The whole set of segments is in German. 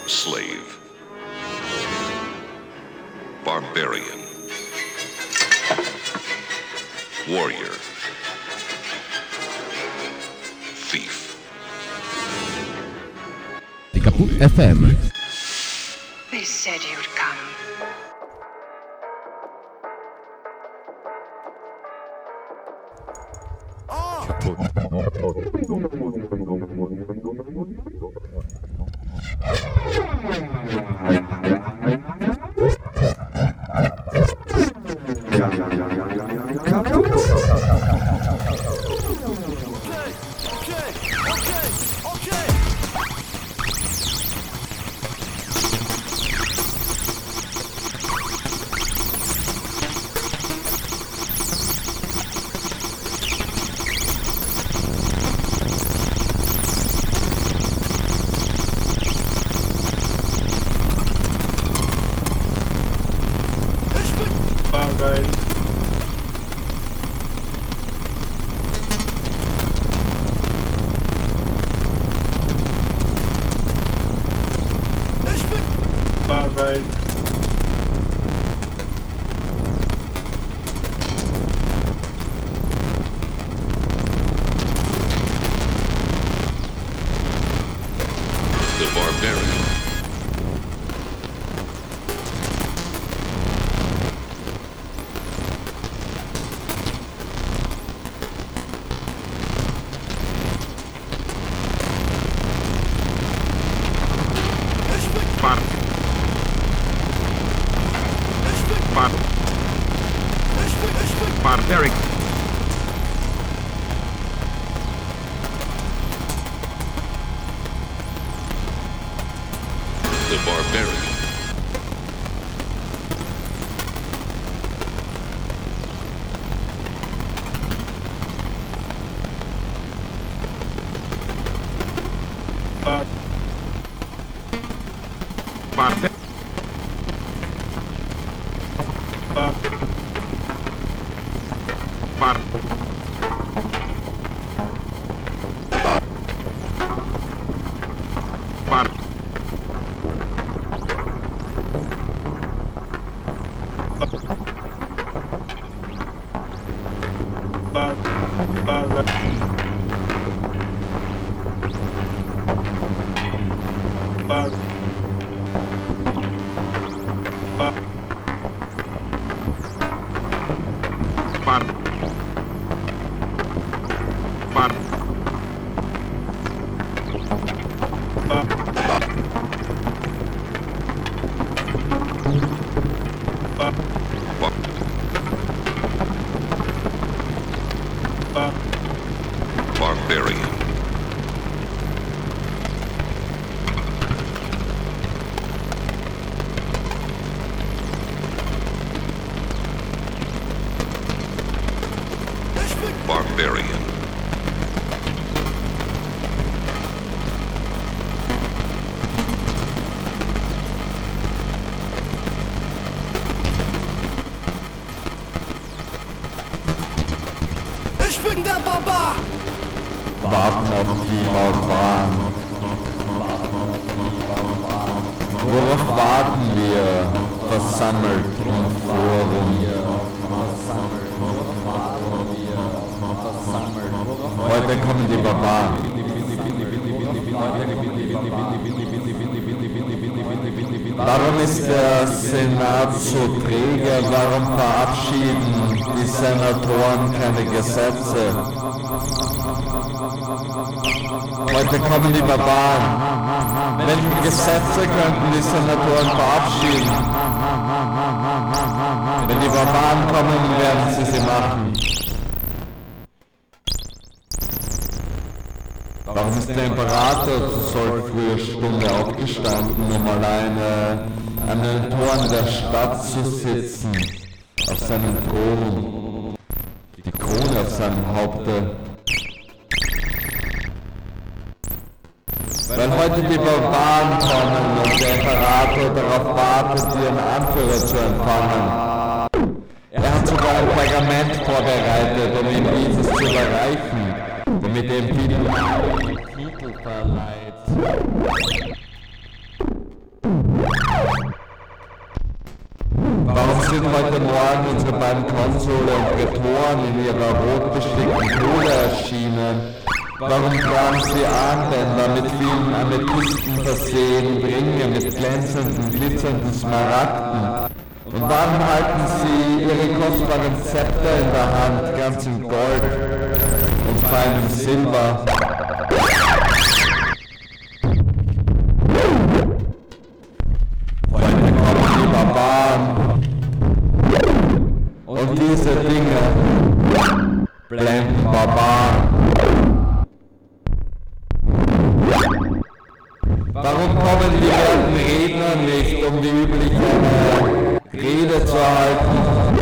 slave, barbarian, warrior, thief. Die Kaputt FM. They said you'd come. Barbaric. The barbarian. Barbarian. Barbarian. Ich bin der Barbar! Warten auf die Barbaren. Worauf warten wir? Versammelt im Forum. Heute kommen die Barbaren. Warum ist der Senat so träge? Warum verabschieden die Senatoren keine Gesetze? Heute kommen die Barbaren. Welche Gesetze könnten die Senatoren verabschieden? Wenn die Barbaren kommen, werden sie machen. Warum ist der Imperator zu solch früher Stunde aufgestanden, um alleine an den Toren der Stadt zu sitzen, auf seinem Thron, die Krone auf seinem Haupte? Weil heute die Barbaren kommen und der Imperator darauf wartet, ihren Anführer zu empfangen. Er hat sogar ein Pergament vorbereitet, um ihm dieses zu überreichen, damit er ihm Titel verleiht. sind heute Morgen unsere beiden Konsule und Prätoren in ihrer rot bestickten Kohle erschienen. Warum tragen sie Armbänder mit vielen Amethysten versehen und Ringe mit glänzenden, glitzernden Smaragden? Und warum halten sie ihre kostbaren Zepter in der Hand, ganz in Gold und feinem Silber? Heute kommen die Barbaren. Und diese Dinge blenden Barbaren. Warum kommen die werten Redner nicht, um die übliche Rede zu halten?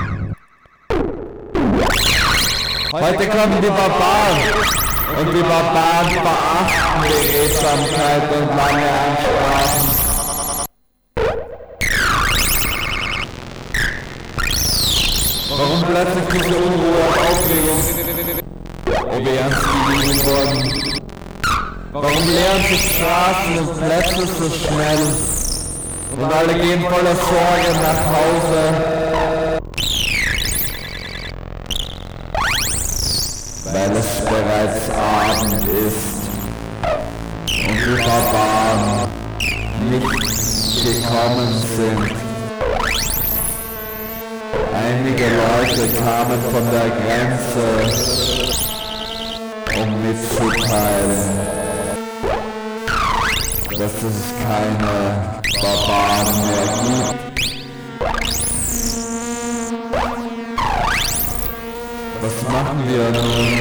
Heute kommen die Barbaren und die Barbaren verachten Beredsamkeit und lange Ansprachen. Warum plötzlich diese Unruhe und Aufregung? Ob ernst geblieben worden? Warum leeren sich Straßen und Plätze so schnell? Und alle gehen voller Sorge nach Hause, weil es bereits Abend ist und die Barbaren nicht gekommen sind. Einige Leute kamen von der Grenze, um mitzuteilen, dass es keine Barbaren mehr gibt. Was machen wir nun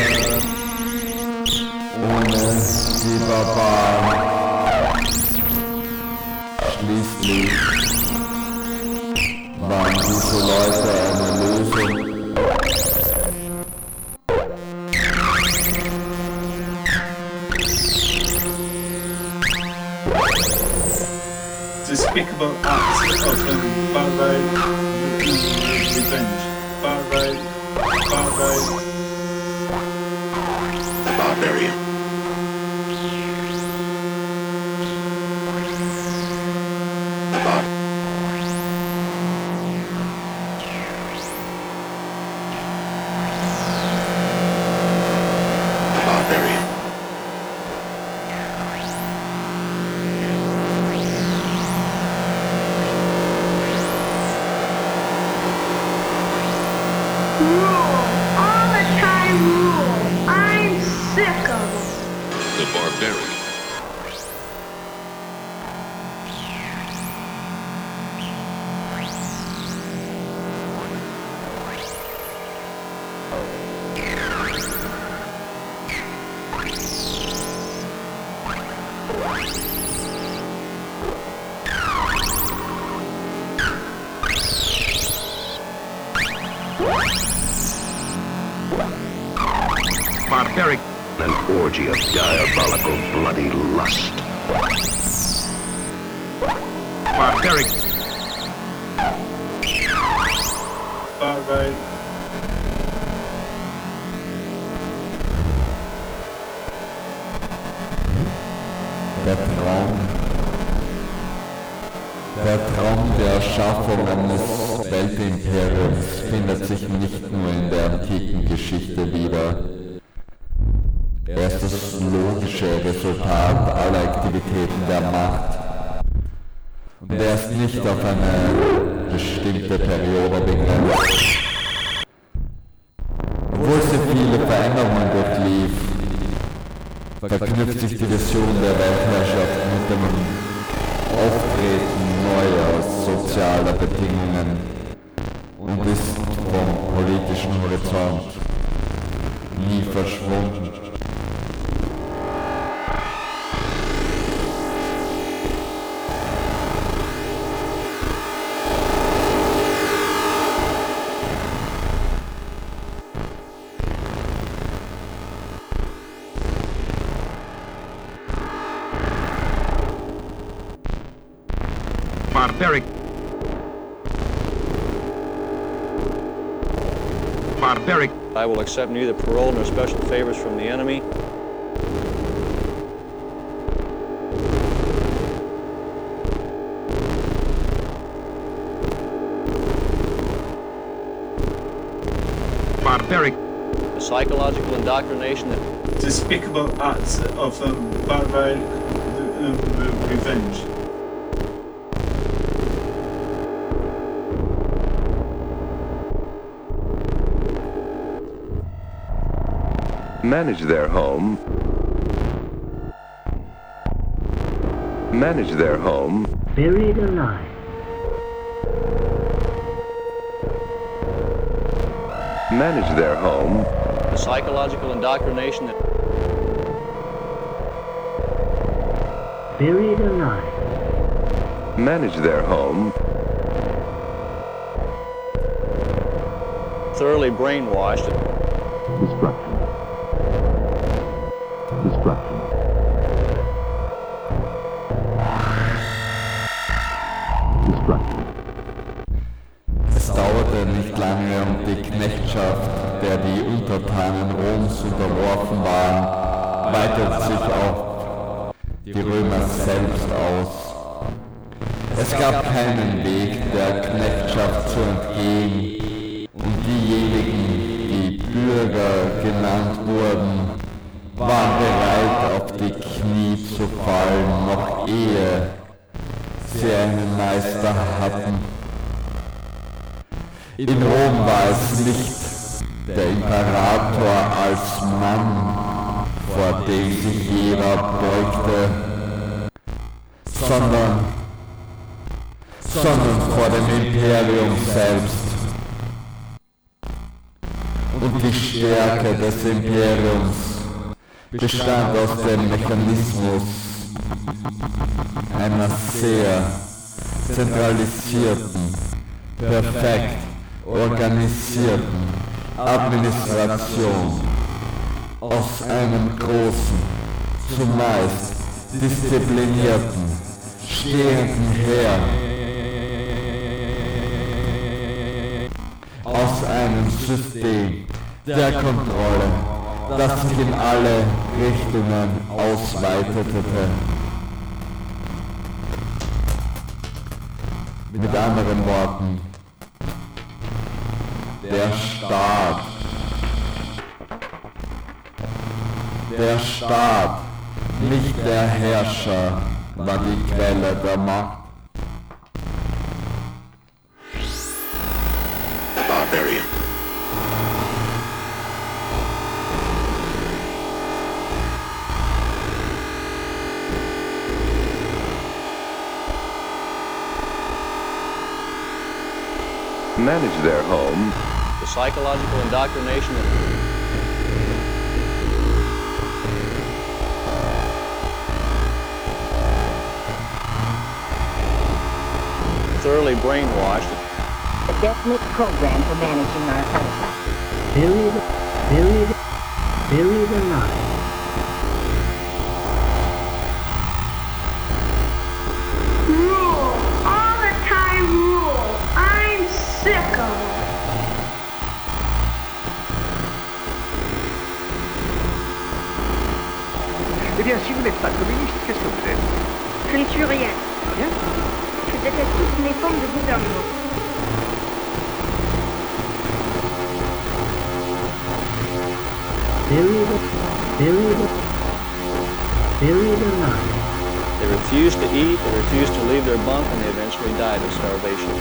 ohne die Barbaren? Schließlich waren diese Leute eine Lösung. Despicable acts of barbaric revenge. Barbaric. Barbarian. Barbaric. An orgy of diabolical bloody lust. Barbaric. Barbaric. Der Traum der Erschaffung eines Weltimperiums findet sich nicht nur in der antiken Geschichte wieder. Er ist das logische Resultat aller Aktivitäten der Macht. Und er ist nicht auf eine bestimmte Periode begrenzt. Obwohl sie viele Veränderungen durchlief, verknüpft sich die Vision der Weltherrschaft mit dem Auftreten neuer sozialer Bedingungen und ist vom politischen Horizont nie verschwunden. Barbaric. Barbaric. I will accept neither parole nor special favors from the enemy. psychological indoctrination that despicable acts of barbaric revenge. Manage their home. Manage their home. Buried alive. Manage their home. the psychological indoctrination that buried alive. Manage their home. Thoroughly brainwashed. Destruction. Destruction. Destruction. Es dauerte nicht lange und die Knechtschaft, der die Untertanen Roms unterworfen waren, weitete sich auf die Römer selbst aus. Es gab keinen Weg, der Knechtschaft zu entgehen, und diejenigen, die Bürger genannt wurden, waren bereit, auf die Knie zu fallen, noch ehe sie einen Meister hatten. In Rom war es nicht der Imperator als Mann, vor dem sich jeder beugte, sondern vor dem Imperium selbst. Und die Stärke des Imperiums bestand aus dem Mechanismus einer sehr zentralisierten, perfekt organisierten Administration, aus einem großen, zumeist disziplinierten, stehenden Heer, aus einem System der Kontrolle, das sich in alle Richtungen ausweitete. Mit anderen Worten, der Staat, nicht der Herrscher, war die Quelle der Macht. Barbarian. Manage their home. the psychological indoctrination that thoroughly brainwashed. A definite program for managing our health. Buried alive. Rule. All the time rule. I'm sick of it. Eh bien, si vous n'êtes pas communiste, qu'est-ce que vous êtes? Je ne suis rien. Rien? Je déteste toutes les formes de gouvernement. Buried alive. They refused to eat, they refused to leave their bunk, and they eventually died of starvation.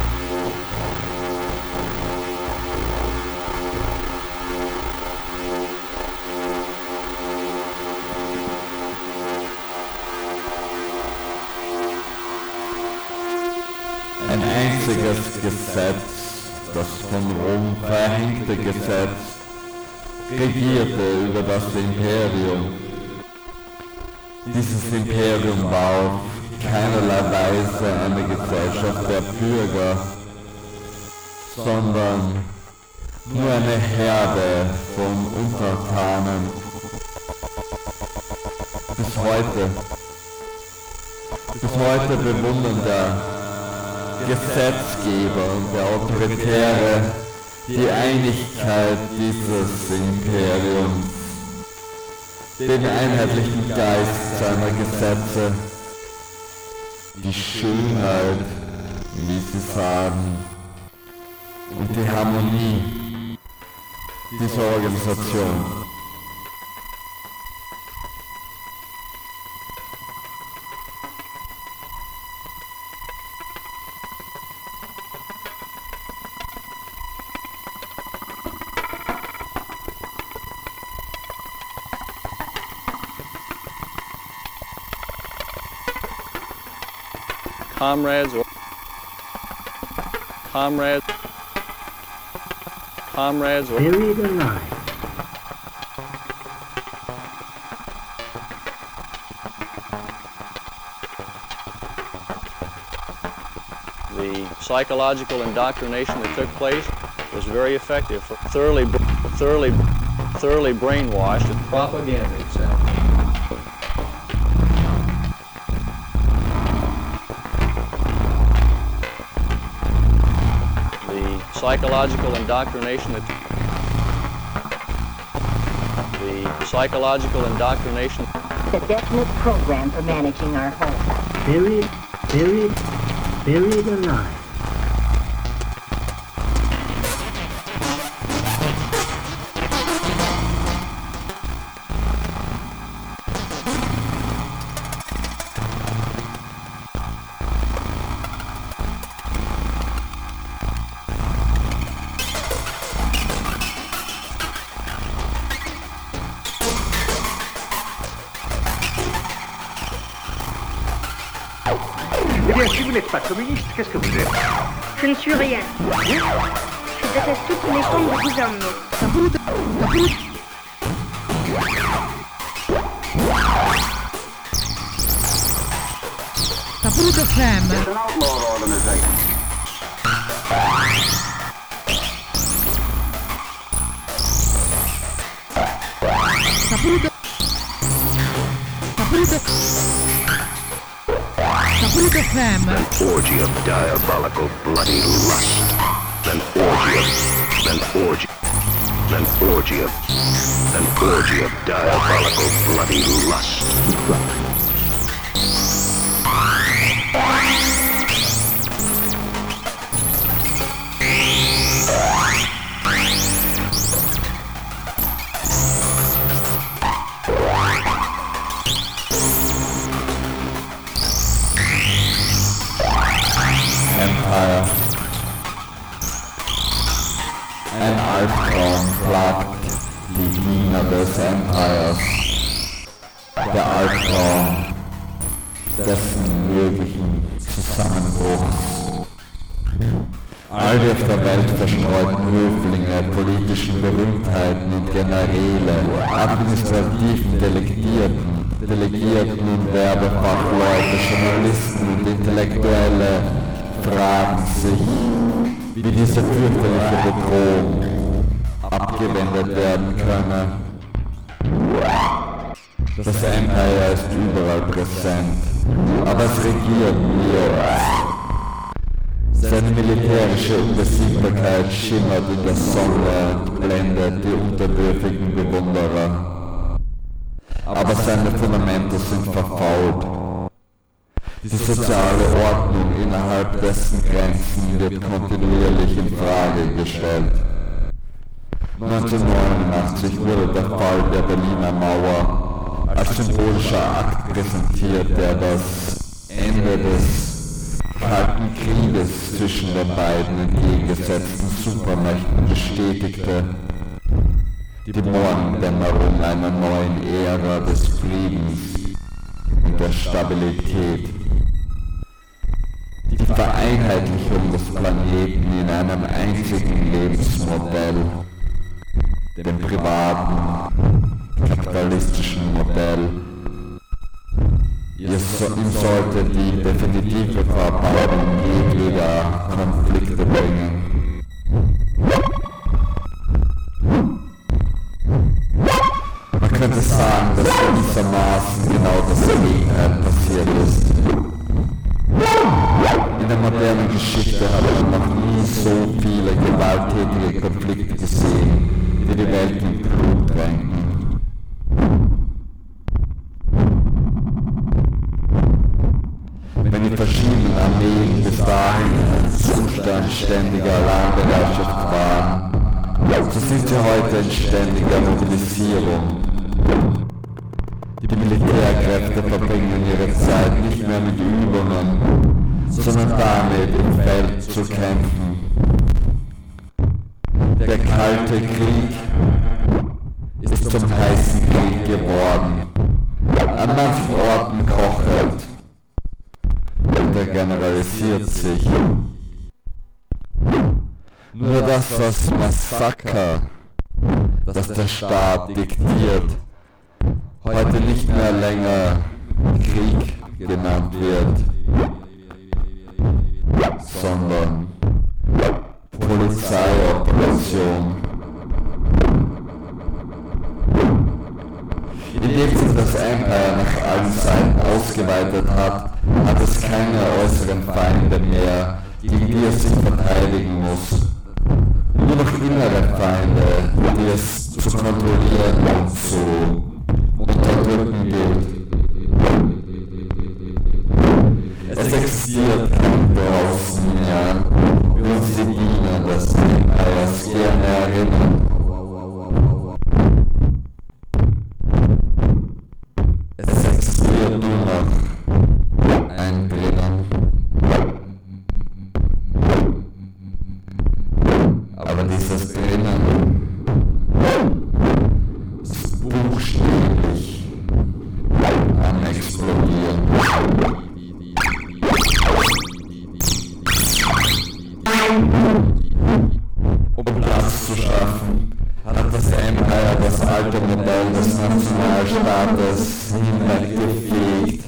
Ein einziges Gesetz, das von Rom verhängte Gesetz, regierte über das Imperium. Dieses Imperium war auf keinerlei Weise eine Gesellschaft der Bürger, sondern nur eine Herde von Untertanen. Bis heute bewundern der Gesetzgeber und der Autoritäre die Einigkeit dieses Imperiums, den einheitlichen Geist seiner Gesetze, die Schönheit, wie sie sagen, und die Harmonie, dieser Organisation. Comrades or Buried alive. the psychological indoctrination that took place was very effective for thoroughly brainwashed and propaganda itself. Psychological indoctrination The definite program for managing our home. Buried alive. Eh bien, si vous n'êtes pas communiste, qu'est-ce que vous êtes? Je ne suis rien. Je déteste toutes les formes de gouvernement. Saputo Sam. It's an outlawed organization. Saputo Sam. An orgy of diabolical bloody lust. An orgy of diabolical bloody lust. Empire. Ein Albtraum plagt die Diener des Empires. Der Albtraum dessen möglichen Zusammenbruchs. All die auf der Welt verstreuten Höflinge, politischen Berühmtheiten und Generäle, administrativen Delegierten und Werbefachleute, Journalisten und Intellektuelle fragen sich, wie diese fürchterliche Bedrohung abgewendet werden könne. Das Empire ist überall präsent, aber es regiert nirgends. Seine militärische Unbesiegbarkeit schimmert in der Sonne und blendet die unterwürfigen Bewunderer. Aber seine Fundamente sind verfault. Die soziale Ordnung innerhalb dessen Grenzen wird kontinuierlich in Frage gestellt. 1989 wurde der Fall der Berliner Mauer als symbolischer Akt präsentiert, der das Ende des Kalten Krieges zwischen den beiden entgegengesetzten Supermächten bestätigte. Die Morgendämmerung einer neuen Ära des Friedens und der Stabilität. Die Vereinheitlichung des Planeten in einem einzigen Lebensmodell, dem privaten, kapitalistischen Modell. Ihm sollte die definitive Verbauung jedweder Konflikte bringen. Man könnte sagen, dass gewissermaßen genau das Gegenteil passiert ist. In der modernen Geschichte hat man noch nie so viele gewalttätige Konflikte gesehen, die die Welt in Blut tränken. Wenn die verschiedenen Armeen bis dahin ein Zustand ständiger Alarmbereitschaft waren, So sind sie heute in ständiger Mobilisierung. Die Militärkräfte verbringen ihre Zeit nicht mehr mit Übungen, sondern damit, im Feld zu kämpfen. Der Kalte Krieg ist zum heißen Krieg geworden. An manchen Orten kochend. Und er generalisiert sich. Nur das Massaker, das der Staat diktiert, heute nicht mehr länger Krieg genannt wird, sondern Polizeioperation. Indem sich das Empire nach allen Seiten ausgeweitet hat, hat es keine äußeren Feinde mehr, gegen die es sich verteidigen muss. Nur noch innere Feinde, die es zu kontrollieren und zu unterdrücken gilt. Es existiert kein draußen mehr, wie uns die Diener des Empires gerne erinnern. Es existiert nur noch ein Drinnen. Aber dieses Drinnen ist buchstäblich am Explodieren. Um Platz zu schaffen, hat das Empire das alte Modell des Nationalstaates hinweggefegt.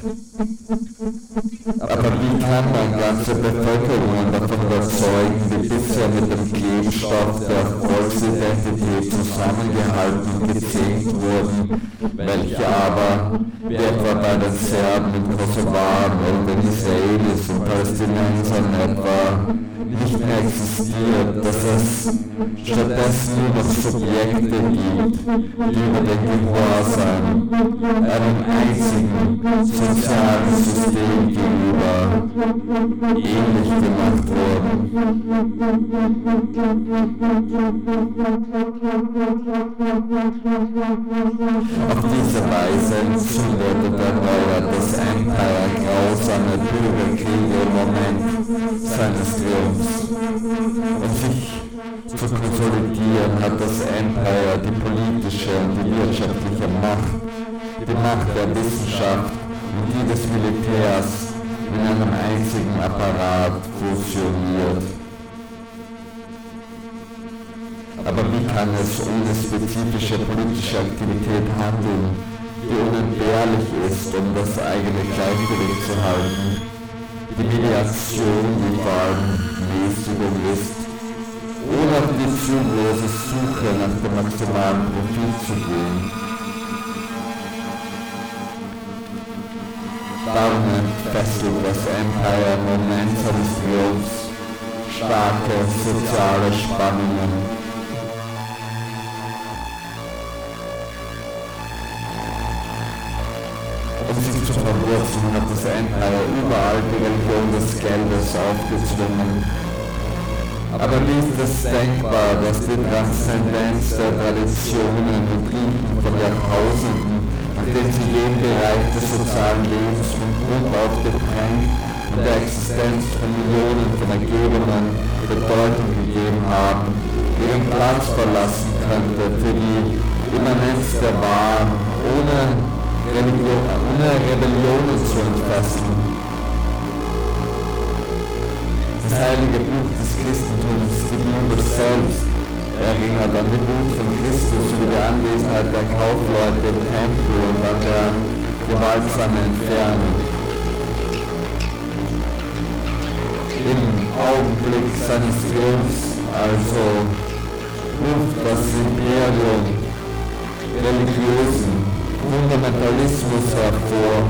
Aber wie kann man ganze Bevölkerungen davon überzeugen, die bisher mit dem Klebstoff der Volksidentität zusammengehalten und gezähmt wurden, welche aber, wie etwa bei den Serben, den Kosovaren oder den Israelis und Palästinensern etwa, nicht mehr existiert, dass es stattdessen nur noch Subjekte gibt, die über den Gehorsam einem einzigen sozialen System gegenüber ähnlich gemacht wurden. Auf diese Weise entzündete der Neuer das Empire grausame Bürgerkriege im Moment seines Triumphs. Um sich zu konsolidieren, hat das Empire die politische und die wirtschaftliche Macht, die Macht der Wissenschaft und die des Militärs in einem einzigen Apparat fusioniert. Aber wie kann es ohne spezifische politische Aktivität handeln, die unentbehrlich ist, um das eigene Gleichgewicht zu halten? Die Mediation, die vor allem Mäßigung ist, ohne auf die ziellose Suche nach dem maximalen Profit zu gehen. Darum entfesselt das Empire im Moment seines Triumphs starke soziale Spannungen. Um sich zu verwurzeln, hat das Empire überall die Religion des Geldes aufgezwungen. Aber wie ist es denkbar, dass die Transzendenz der Traditionen und Riten von Jahrtausenden, nachdem sie jeden Bereich des sozialen Lebens von Grund auf geprägt und der Existenz von Millionen von Ergebungen Bedeutung gegeben haben, ihren Platz verlassen könnte für die Immanenz der Wahren, ohne Rebellionen zu entfesseln. Das heilige Buch des Christentums, die Bibel selbst, erinnert an die Wut von Christus über die Anwesenheit der Kaufleute im Tempel und an der gewaltsame Entfernung. Im Augenblick seines Triumphs also ruft das Imperium religiösen Fundamentalismus hervor,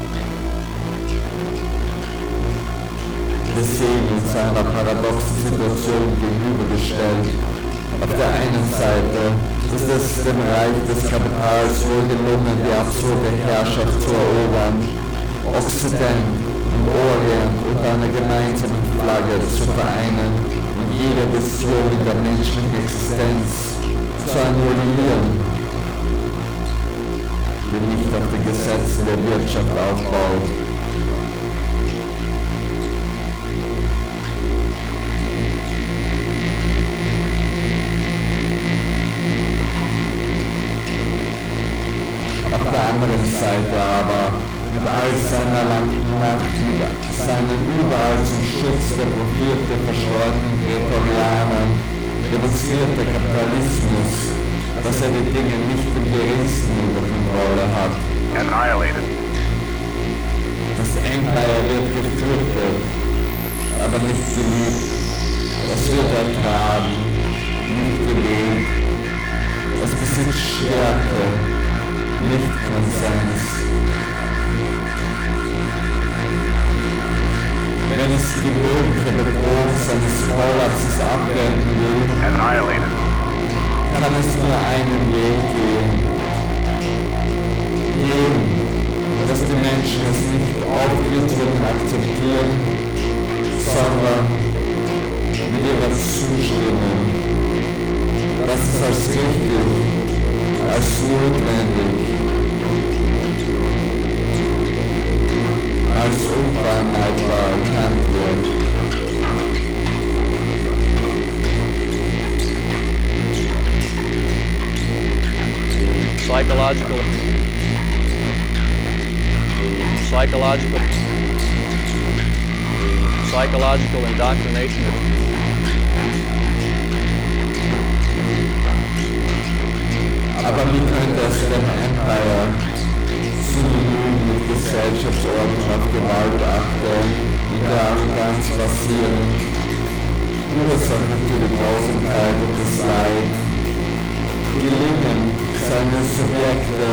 deswegen in seiner paradoxen Situation gegenübergestellt. Auf der einen Seite ist es dem Reich des Kapitals wohl gelungen, die absurde Herrschaft zu erobern, Okzident und Orient unter einer gemeinsamen Flagge zu vereinen und jede Vision der menschlichen Existenz zu annullieren, die nicht auf den Gesetzen der Wirtschaft aufbaut. Auf der anderen Seite aber, mit all seiner langen Macht, mit seinen überall zum Schutz der Profite verschworenen Prätorianern, demonstriert der Kapitalismus, dass er die Dinge nicht im geringsten unter Kontrolle hat. Annihilated. Das Empire wird gefürchtet, aber nicht geliebt. Es wird ertragen, nicht gelebt. Es besitzt Stärke, nicht Konsens. Wenn es die mögliche Bedrohung seines Kollapses abwenden will, Annihilated. kann es nur einen Weg gehen. Gehen, dass die Menschen es nicht aufgezwungen akzeptieren, sondern mit ihrer Zustimmung, dass es als richtig, als notwendig, als unvermeidbar erkannt wird. Psychological indoctrination. Aber wie könnte es dem Empire synonym mit Gesellschaftsordnung auf Gewaltakte in der Arroganz basieren, Ursache für die Grausamkeit und das Leid, gelingen, seine Subjekte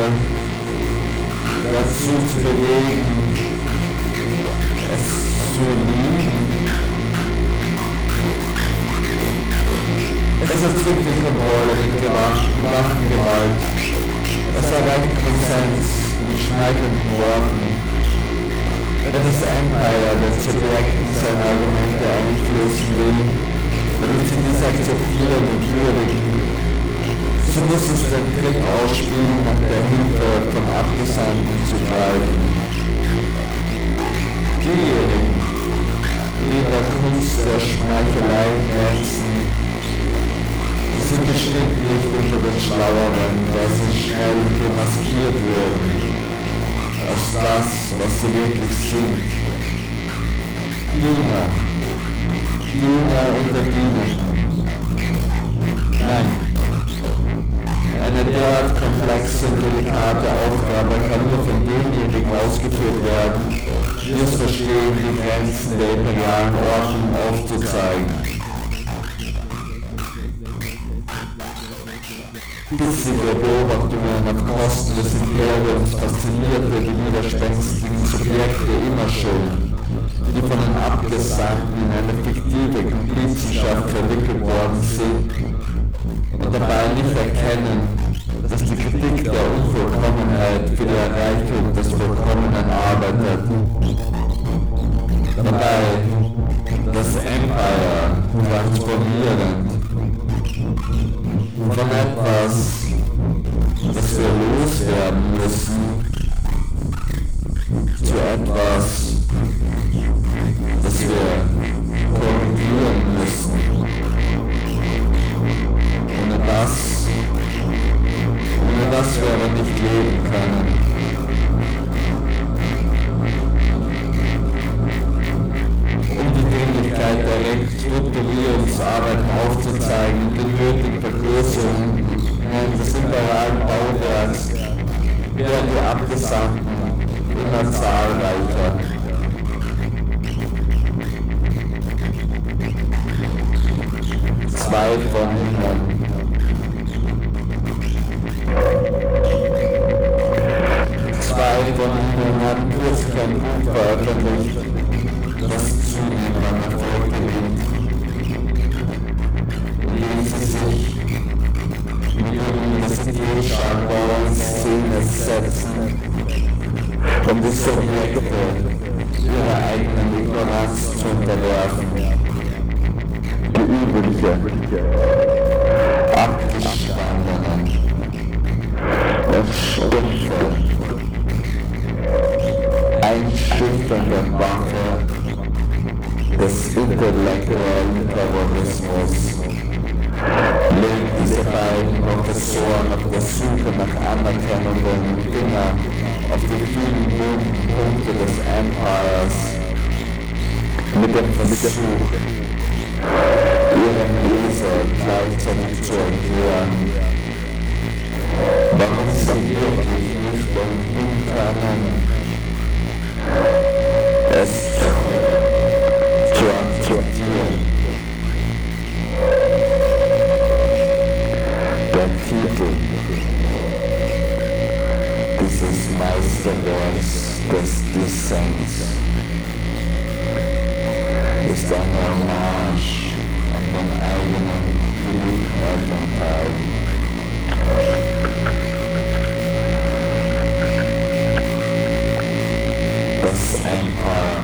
dazu zu bewegen, es zu lieben? Es erzwingt die Kontrolle mit Waffengewalt. Es erreicht Konsens mit schmeichelnden Worten. Wenn das Empire den Subjekten seine Argumente einflößen will, damit sie dies akzeptieren und würdigen, so muss es den Krieg ausspielen, nach der Hilfe von Abgesandten zu greifen. Diejenigen, die in der Kunst der Schmeichelei glänzen, sind bestimmt nicht unter den Schlaueren, dass sie schnell demaskiert werden, als das, was sie wirklich sind. Diener unter Dienern. Nein. Eine derart komplexe und delikate Aufgabe kann nur von denjenigen ausgeführt werden, die es verstehen, die Grenzen der imperialen Ordnung aufzuzeigen. Bissige Beobachtungen auf Kosten des Imperiums faszinierte die widerspenstigen Subjekte immer schon, die von den Abgesandten in eine fiktive Komplizenschaft verwickelt worden sind und dabei nicht erkennen, dass die Kritik der Unvollkommenheit für die Erreichung des Vollkommenen arbeitet. Dabei das Empire transformierend von etwas, das wir loswerden müssen, zu etwas, das wir korrigieren müssen. Ohne das wir aber nicht leben können. Um die Dringlichkeit der Restrukturierungsarbeiten aufzuzeigen und die nötigen Vergrößerungen des imperialen Bauwerks werden die Abgesandten immer zahlreicher. Zwei von ihnen. Zwei von ihnen haben kürzlich ein Buch veröffentlicht, das zunehmend an Erfolg gewinnt. Indem sie sich mit ihrem Universitätsjargon in Szene setzen, um die Subjekte ihrer eigenen Ignoranz zu unterwerfen. übliche, abgestandenen, das stumpfe, einschüchternde Wache des intellektuellen Terrorismus legt diese beiden Professoren auf der Suche nach anerkennenden Finger auf die vielen bunten Punkte des Empires mit dem Versuch, ihren Leser gleichzeitig zu erklären, warum sie wirklich nicht umhin können, es zu akzeptieren. Der Titel dieses Meisterwerks des Dissens ist eine Hommage an den eigenen Blutelternteil. Das Empire.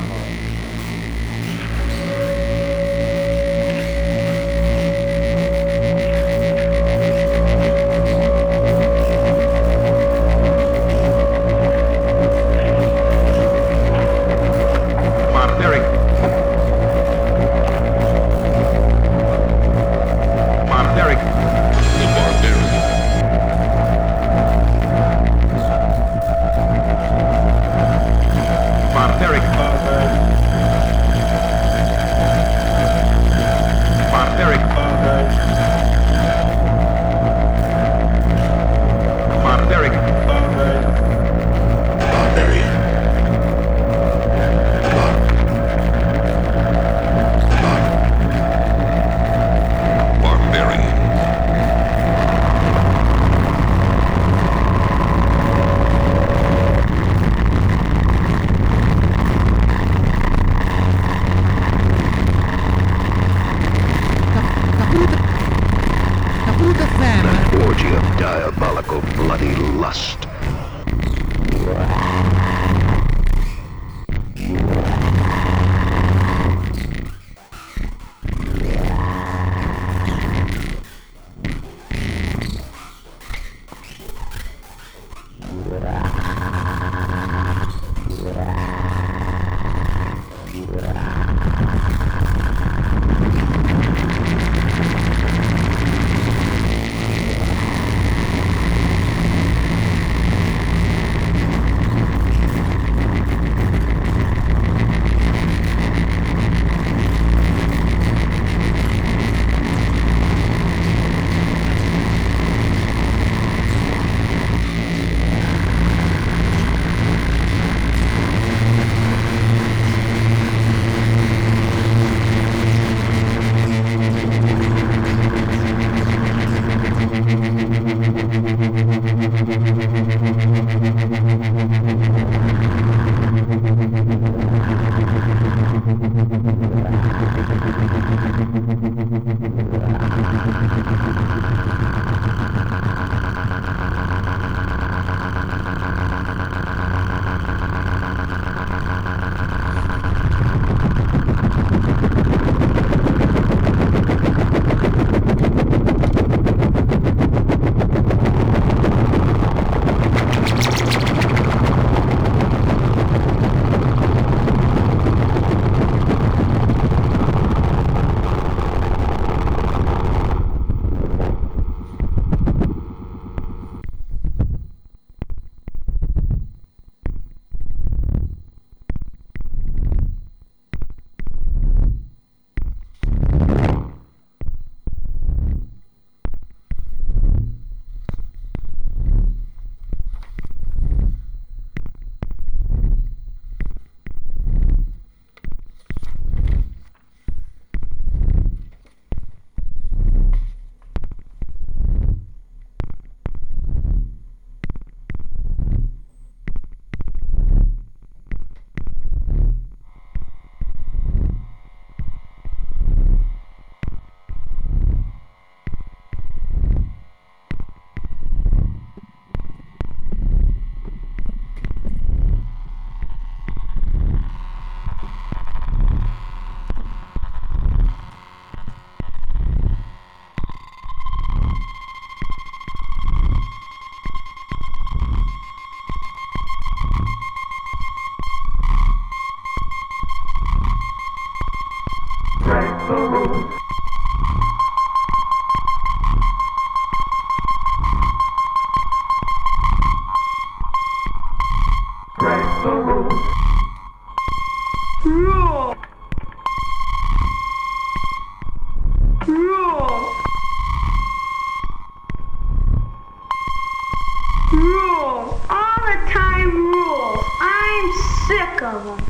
sick of them.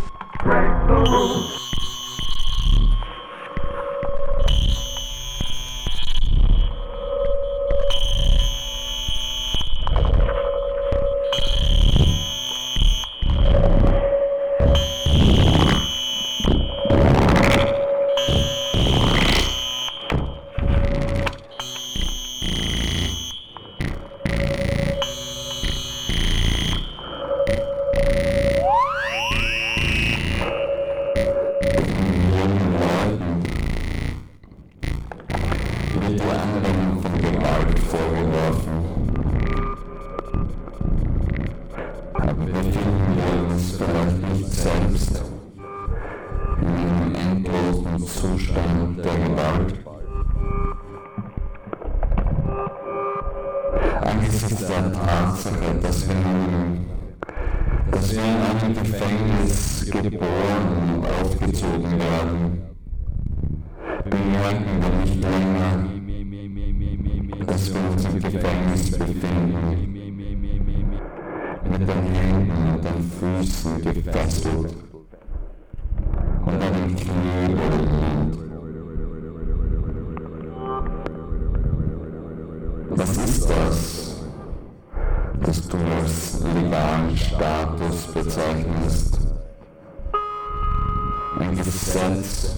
Angesichts der Tatsache, dass wir in einem Gefängnis geboren und aufgezogen werden, bemerken wir nicht länger, dass wir uns im Gefängnis befinden, mit den Händen und den Füßen gefesselt und einen Knebel im Mund. Was ist das, das du als legalen Status bezeichnest? Ein Gesetz,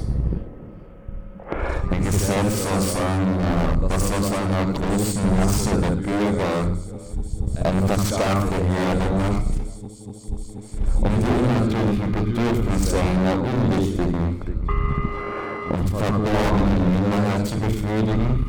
das aus einer großen Masse der Bürger etwas starke Herde macht, um die unnatürlichen Bedürfnisse einer unwichtigen und verborgenen Minderheit zu befriedigen?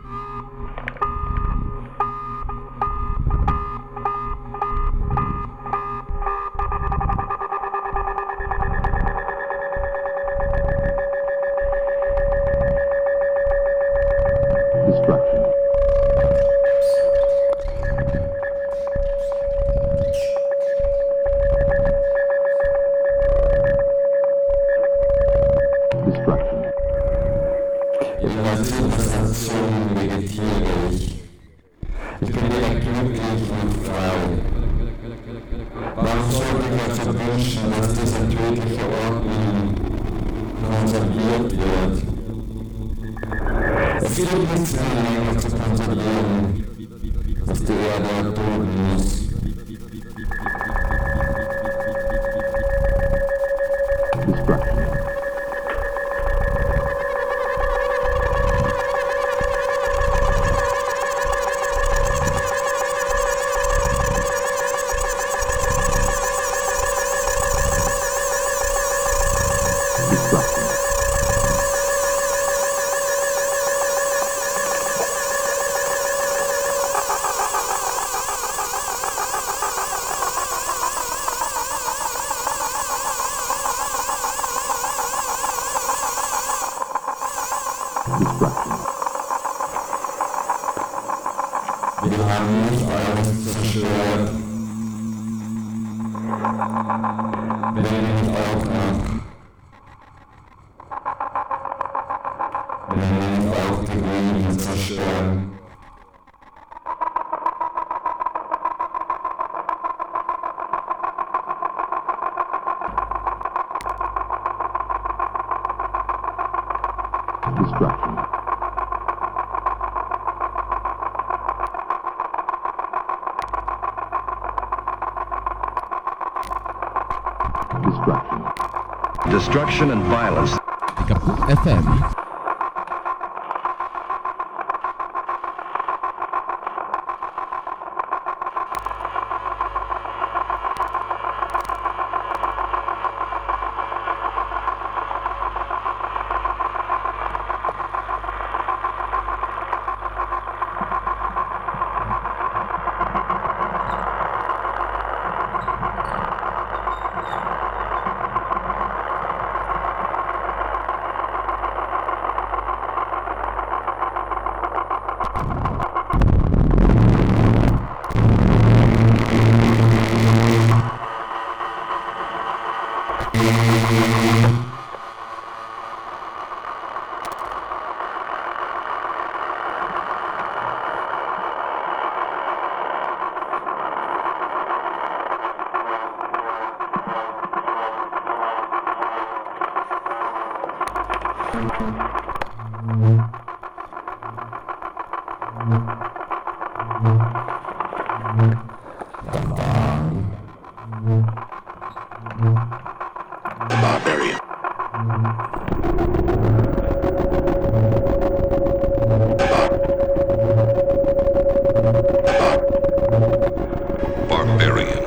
Warum sollte ich also wünschen, dass dieser tödliche Ordnung konserviert wird? Es gibt nichts mehr länger zu konservieren, was die Erde erdulden muss. Wir haben nicht alles zerstört. Wir nehmen nicht auch nach. Wir nehmen nicht auch die Ruinen zerstören. Destruction. Destruction and violence. FM. The barbarian. Barbarian.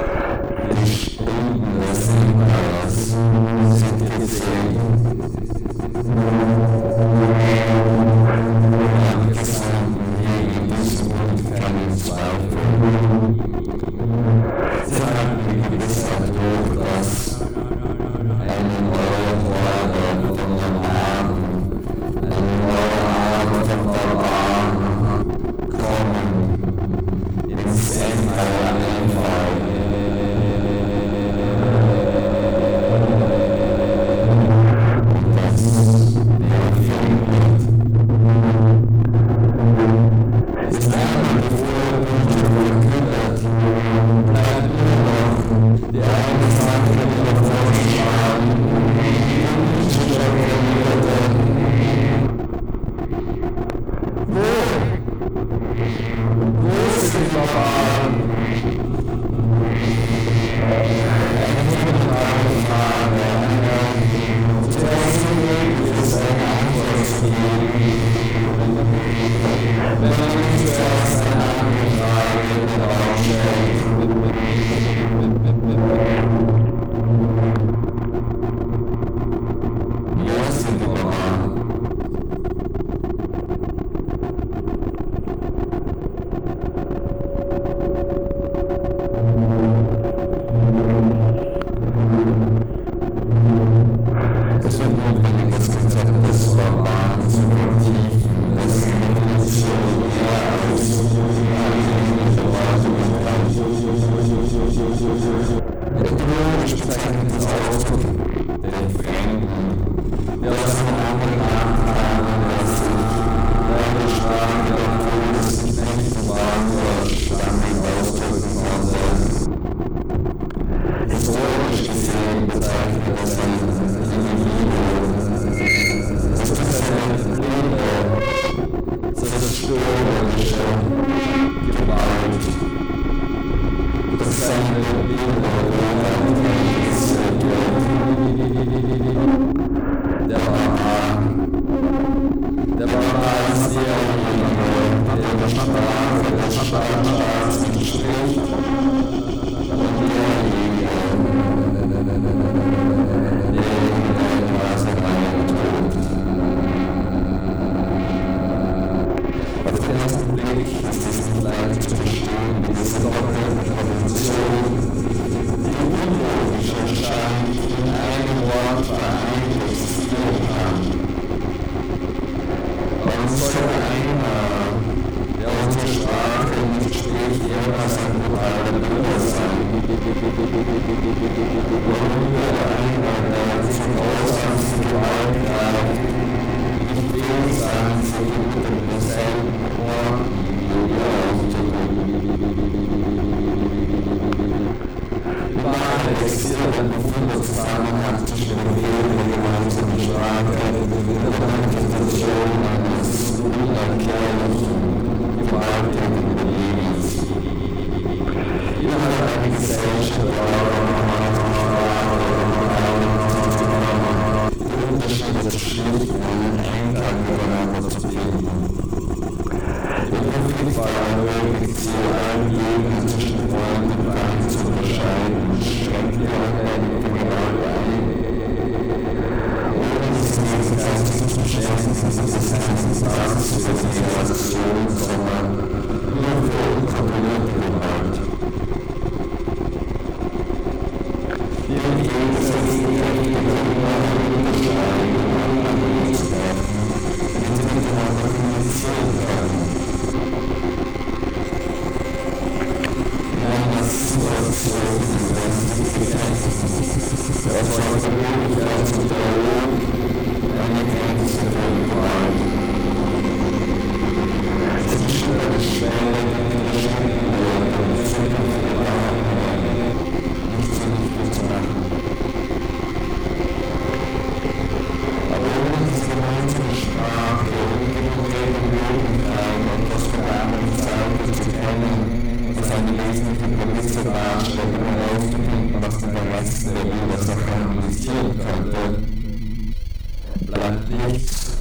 nichts.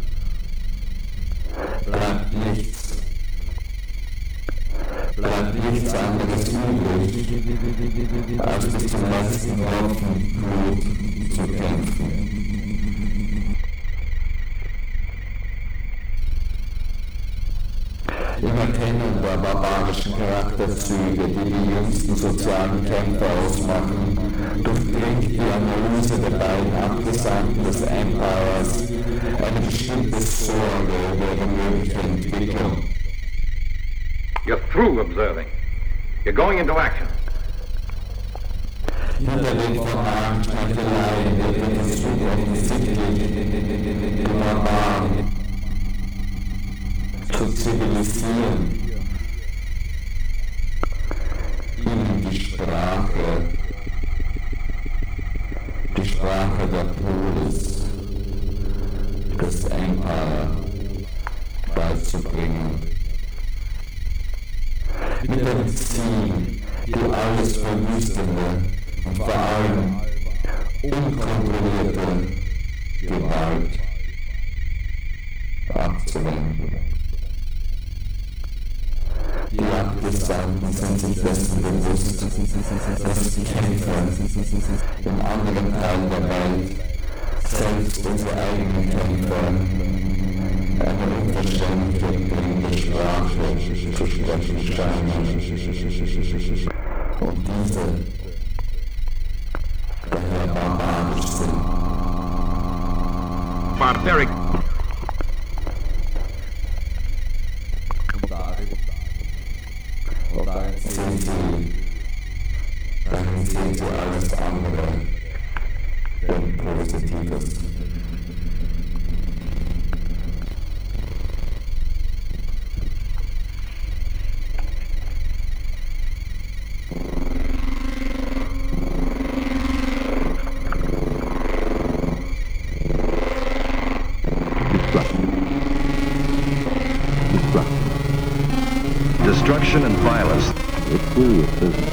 Bleibt nichts. Bleibt nichts anderes übrig, als bis zum letzten Tropfen Blut zu kämpfen. Im Erkennen der barbarischen Charakterzüge, die die jüngsten sozialen Kämpfe ausmachen, durchdringt die Analyse der beiden Abgesandten des Empires eine bestimmte Sorge über ihre mögliche Entwicklung. You're through observing. You're going into action. Hinter den formalen Schmeicheleien wird der Versuch offensichtlich, die Barbaren zu zivilisieren, ihnen die Sprache der Polis, des Empire beizubringen. Mit dem Ziel, die alles verwüstende und vor allem unkontrollierte Gewalt abzuwenden. Die Abgesandten sind sich dessen bewusst, dass die Kämpfer in anderen Teilen der Welt, selbst unsere eigenen Kämpfer, eine unverständliche blinde Sprache zu sprechen scheinen. Und diese daher barbarisch sind. Barbaric. Dahin sehen Sie alles andere denn Positives. Destruction and violence. It's serious business.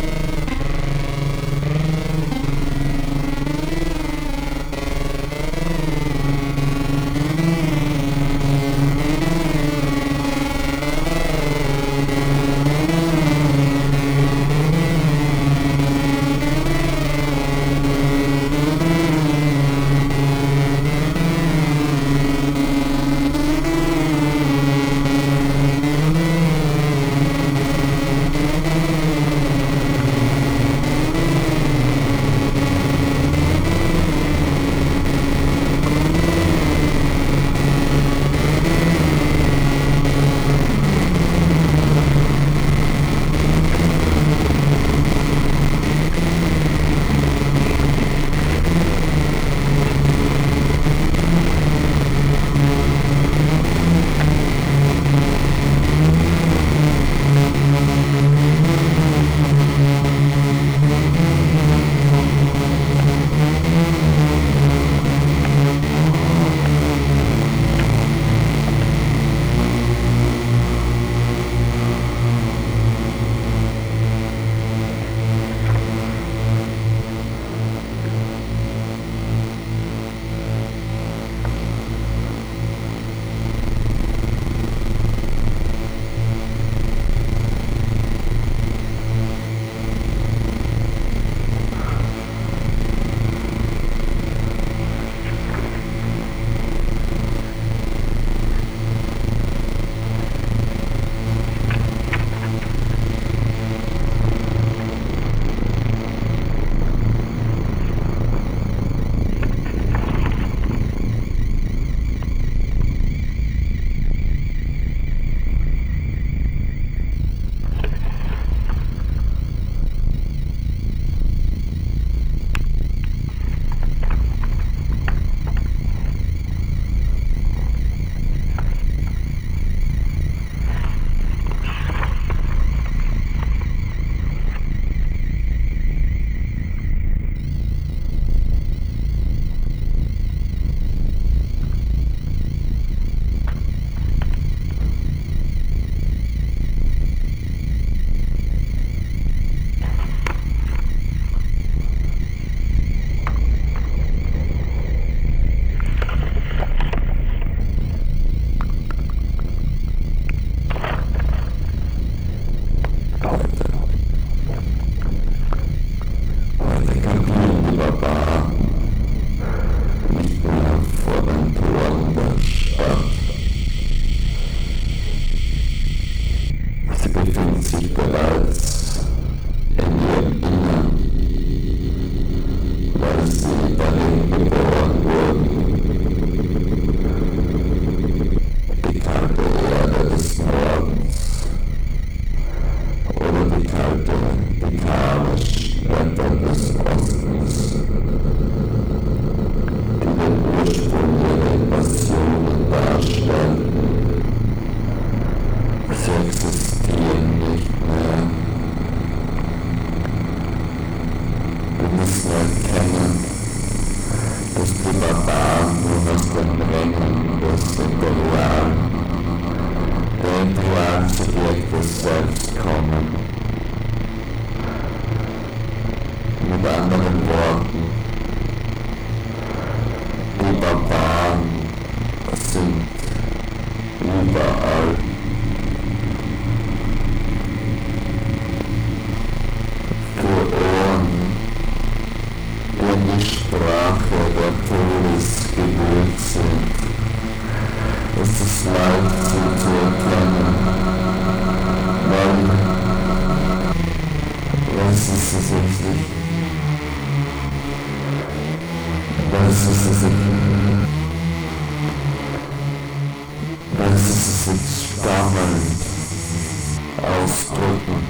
dass die Barbaren nun aus den Rängen des der Imperialsubjekte selbst kommen. Mit anderen Worten, die Barbaren sind überall. Für Ohren, die an die Sprache der Todes gewöhnt sind, ist es leicht zu erkennen, weil sie sich stammelnd ausdrücken.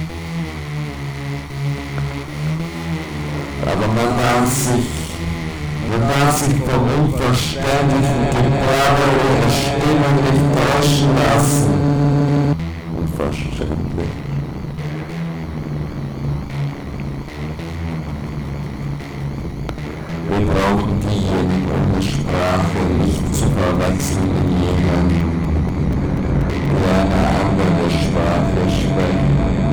Aber man darf sich vom unverständlichen Gebrabbel ihrer Stimme nicht täuschen lassen. Unverständlich. Wir brauchen diejenigen ohne Sprache nicht zu verwechseln mit jenen, die eine andere Sprache sprechen.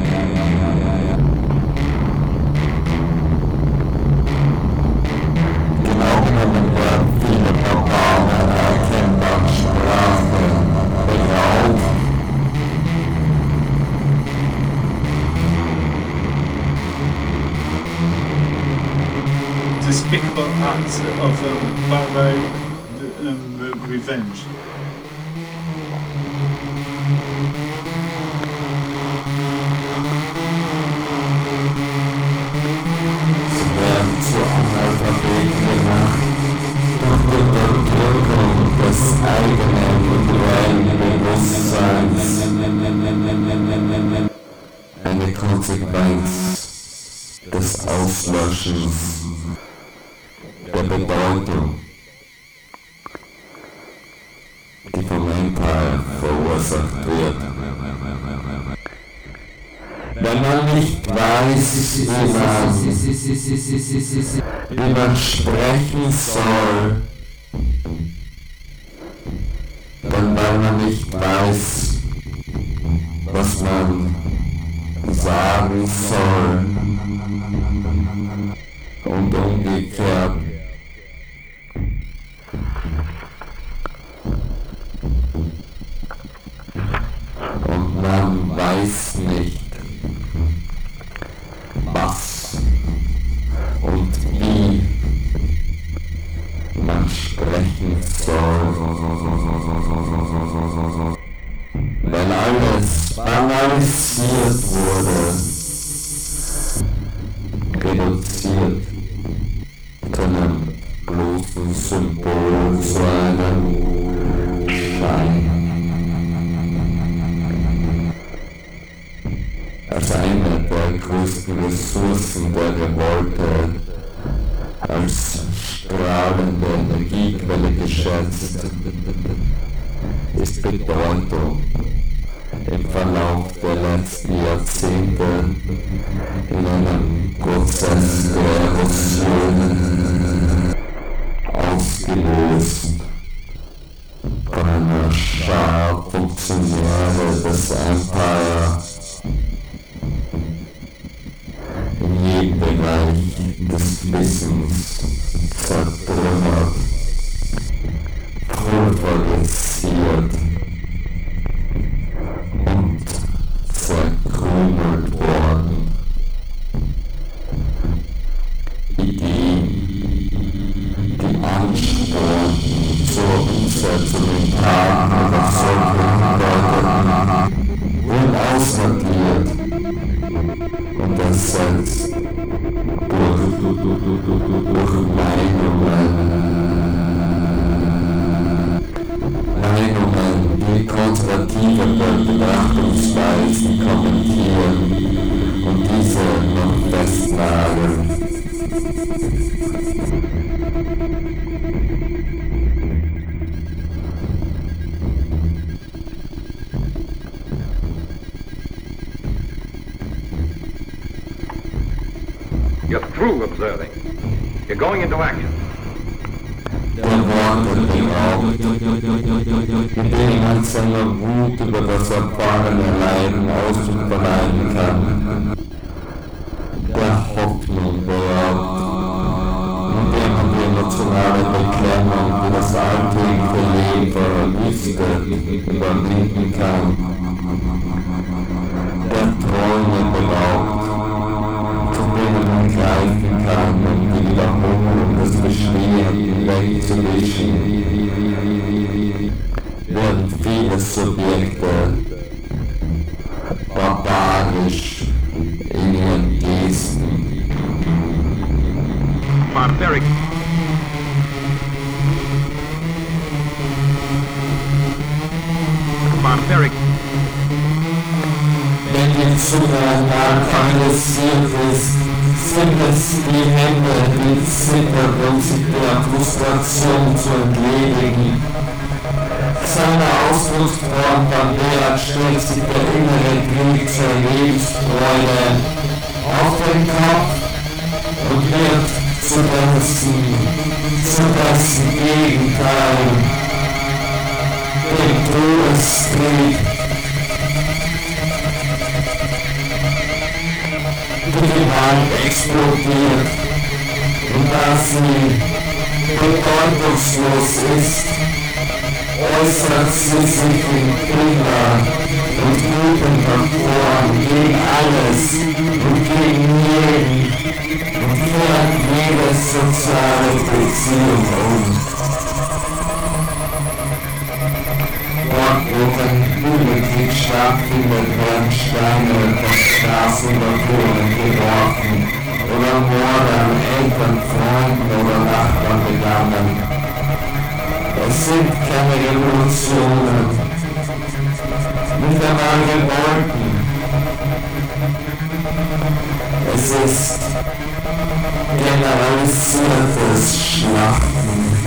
Genau genommen werden viele Barbaren einer erkennbaren Sprache beraubt. Despicable acts of barbaric revenge. Sie werden zu Analphabeten gemacht durch die Unterdrückung des eigenen individuellen Bewusstseins. Eine Konsequenz des Auslöschens der Bedeutung, die vom Empire verursacht wird. Wenn man nicht weiß, wie man sprechen soll, dann weil man nicht weiß, was man sagen soll und umgekehrt. Und man weiß nicht, was und wie man sprechen soll, weil alles banalisiert wurde, reduziert zu einem bloßen Symbol, zu einem Schein. Als eine der größten Ressourcen der Revolte, als strahlende Energiequelle geschätzt, ist Bedeutung im Verlauf der letzten Jahrzehnte in einem Prozess der Erosion ausgelöst von einer Schar Funktionäre des Empire in jedem Bereich des Wissens zertrümmert, pulverisiert und zerkrümelt worden. Ideen, die anspornen zur Umsetzung in Taten oder solche hindeuteten, wurden ausradiert und ersetzt durch Meinungen, die konservative Betrachtungsweisen kommentieren und diese noch festnageln. You're through observing. You're going into action. der Worte beraubt, indem man seiner Wut über das erfahrene Leiden Ausdruck verleihen kann, der Hoffnung beraubt, indem man die emotionale Beklemmung, die das alltägliche Leben verwüstet, überwinden kann, der Träume beraubt, zu denen man greifen kann, um die Wiederholung des Bestehenden wegzuwischen, werden viele Subjekte barbarisch in ihren Gesten. Barbaric. Barbaric. Wenn die Zuhörer kanalisiert ist, sind es die Hände, die zittern, um sich der Frustration zu entledigen. Seine Ausdrucksform von der stellt sich der innere Krieg zur Lebensfreude auf den Kopf und wird zu dessen Gegenteil, dem Todeskrieg. Die Gewalt explodiert und da sie bedeutungslos ist, äußert sie sich in Fehler und wütender Form gegen alles und gegen jeden und kehrt jede soziale Beziehung um. Dort, wo kein Bürgerkrieg stattfindet, werden Steine von Straßen oder Türen geworfen oder Morde an Eltern, Freunden oder Nachbarn begangen. Es sind keine Revolutionen, nicht einmal Revolten. Es ist generalisiertes Schlachten.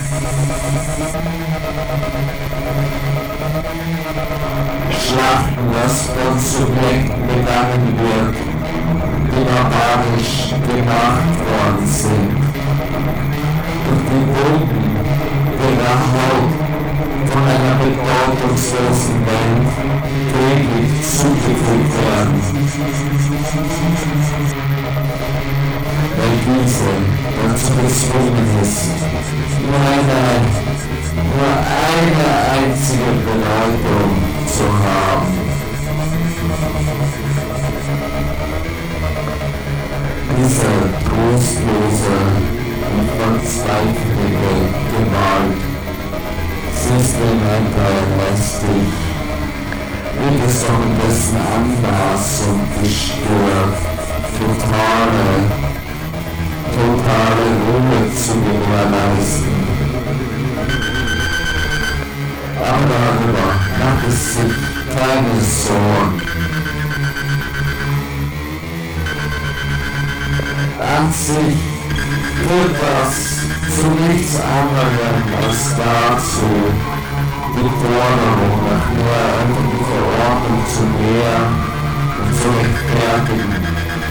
Schlachten, das von Subjekten begangen wird, die barbarisch gemacht worden sind. Und die Wunden ihrer Haut von einer bedeutungslosen Welt täglich zugefügt werden. Weil diese dazu gezwungen ist, nur eine einzige Bedeutung zu haben. Diese trostlose und verzweifelte Gewalt, sie ist eventuell lästig, wird es doch in dessen Anmaßung gestört, totale Ruhe zu gewährleisten. Aber darüber macht es sich keine Sorgen. An sich führt das zu nichts anderem als dazu, die Forderung nach mehr öffentlicher Ordnung zu mehren und zu rechtfertigen.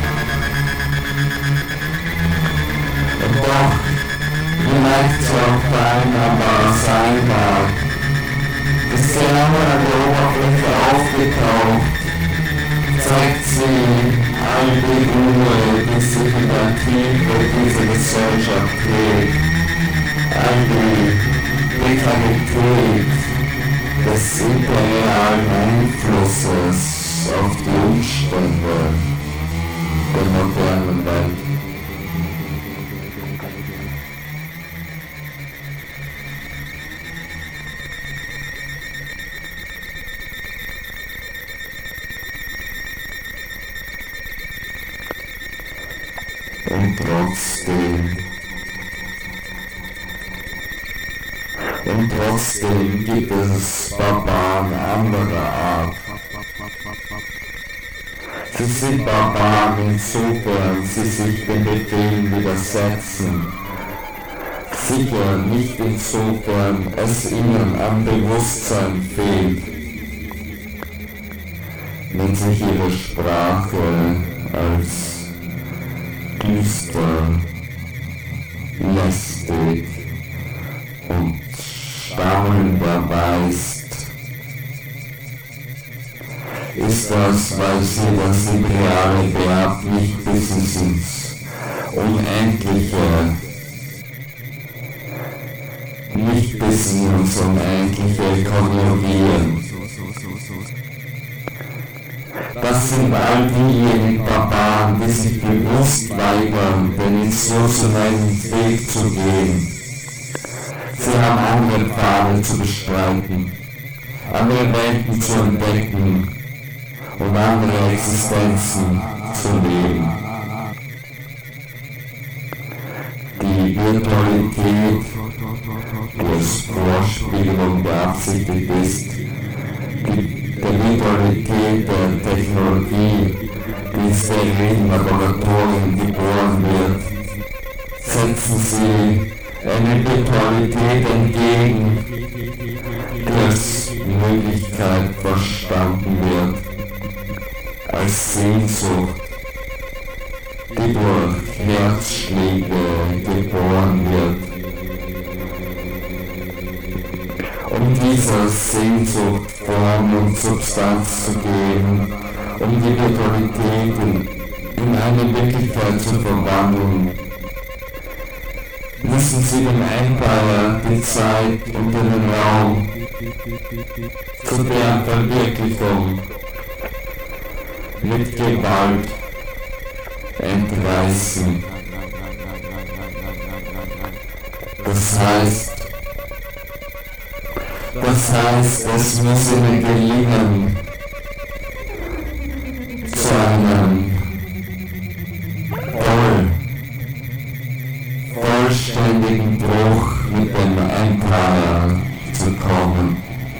Und doch, wie leicht sie auch vereinnahmbar sein mag, ist sie einmal an der Oberfläche aufgetaucht, zeigt sie all die Ruhe, die sich in der Tiefe dieser Gesellschaft trägt, all die Vitalität des imperialen Einflusses auf die Umstände der modernen Welt. Und trotzdem gibt es Barbaren anderer Art. Sie sind Barbaren insofern sie sich den Befehlen widersetzen. Sicher nicht insofern es ihnen an Bewusstsein fehlt, wenn sich ihre Sprache als düster, lästig Mangeln erweist, ist das, weil sie das imperiale Verb nicht besitzen, Unendliche, nicht besinnen, sondern Unendliche konjugieren. Das sind all diejenigen Barbaren, die sich bewusst weigern, den institutionellen Weg zu gehen. Sie haben andere Pfade zu bestreiten, andere Welten zu entdecken und andere Existenzen zu leben. Die Virtualität, die als Vorspiegelung beabsichtigt ist, der Virtualität der Technologie, die in sterilen Laboratorien geboren wird, setzen sie eine Virtualität entgegen, die als Möglichkeit verstanden wird, als Sehnsucht, die durch Herzschläge geboren wird. Um dieser Sehnsucht Form und Substanz zu geben, um die Virtualität in eine Wirklichkeit zu verwandeln, müssen sie dem Empire die Zeit und den Raum zu deren Verwirklichung mit Gewalt entreißen. Das heißt, es muss ihnen gelingen, zu einem vollständigen Bruch mit dem Empire zu kommen.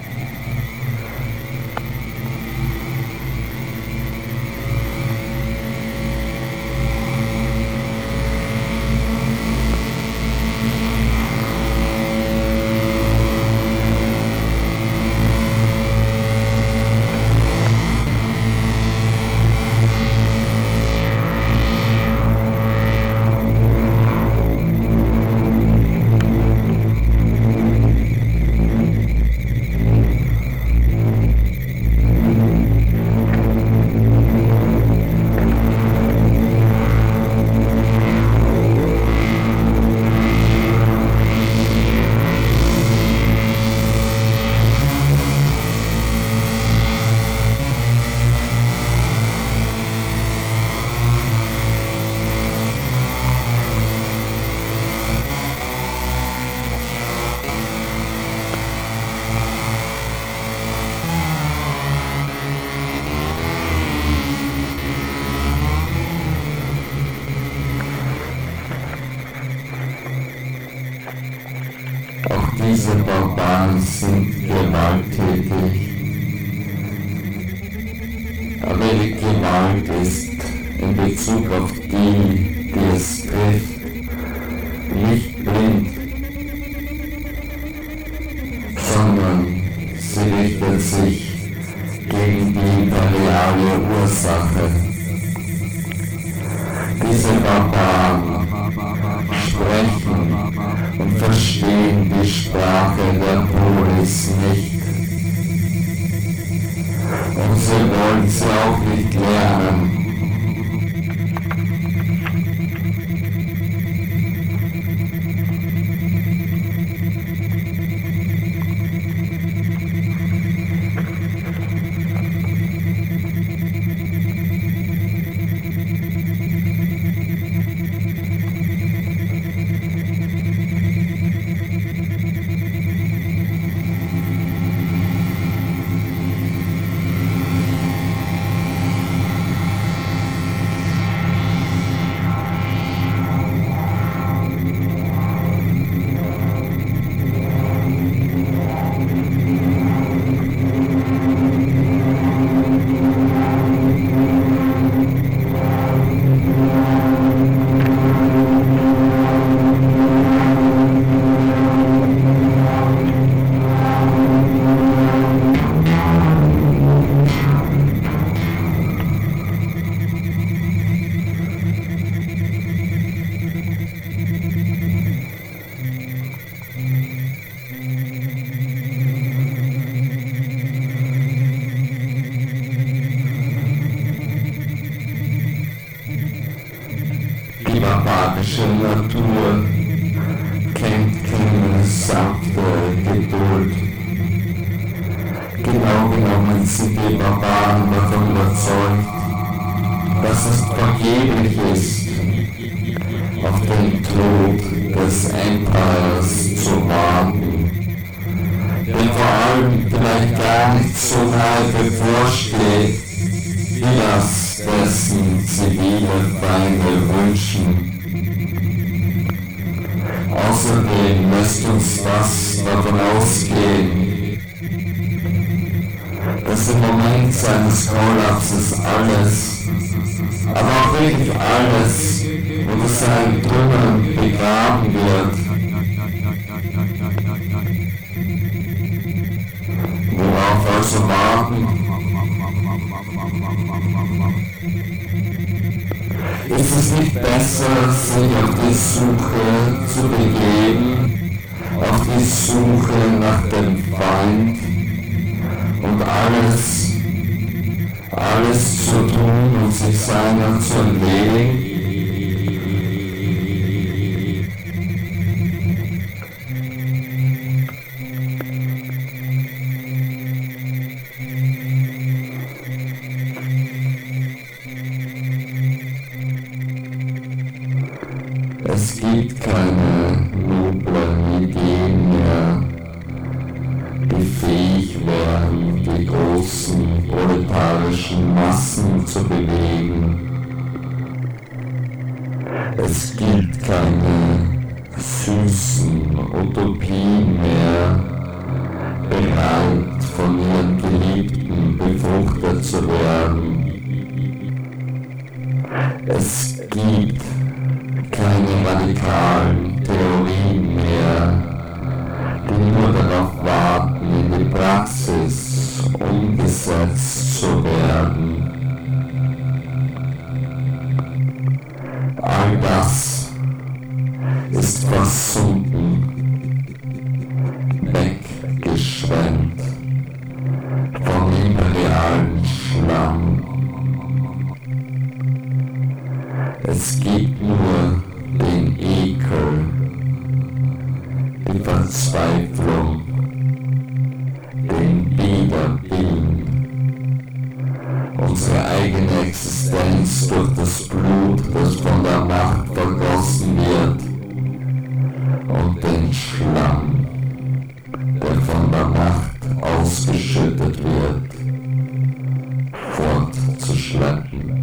Diese Barbaren sind gewalttätig, aber die Gewalt ist in Bezug auf die es trifft, nicht blind, sondern sie richtet sich gegen die imperiale Ursache. Diese Barbaren sprechen und verstehen die Sprache der Polis nicht. Und sie wollen sie auch nicht lernen. sanfte Geduld. Genau genommen sind die Barbaren davon überzeugt, dass es vergeblich ist, auf den Tod des Empires zu warten, der vor allem vielleicht gar nicht so nahe bevorsteht, wie das dessen zivile Feinde wünschen. Außerdem lässt uns das davon ausgehen, dass im Moment seines Kollapses alles, aber auch wirklich alles, unter seinen Trümmern begraben wird. Worauf also warten? Ist es nicht besser, sich auf die Suche zu begeben, auf die Suche nach dem Feind und alles zu tun und sich seiner zu entledigen? Es gibt keine noblen Ideen mehr, die fähig wären, die großen proletarischen Massen zu bewegen. Es gibt keine süßen Utopien mehr, bereit von ihren Geliebten befruchtet zu werden. Es gibt keine radikalen Theorien mehr, die nur darauf warten, in die Praxis umgesetzt zu werden. All das ist versunken, weggeschwemmt vom imperialen Schlamm. Es gibt nur den Ekel, die Verzweiflung, den Widerwillen, unsere eigene Existenz durch das Blut, das von der Macht vergossen wird, und den Schlamm, der von der Macht ausgeschüttet wird, fortzuschleppen.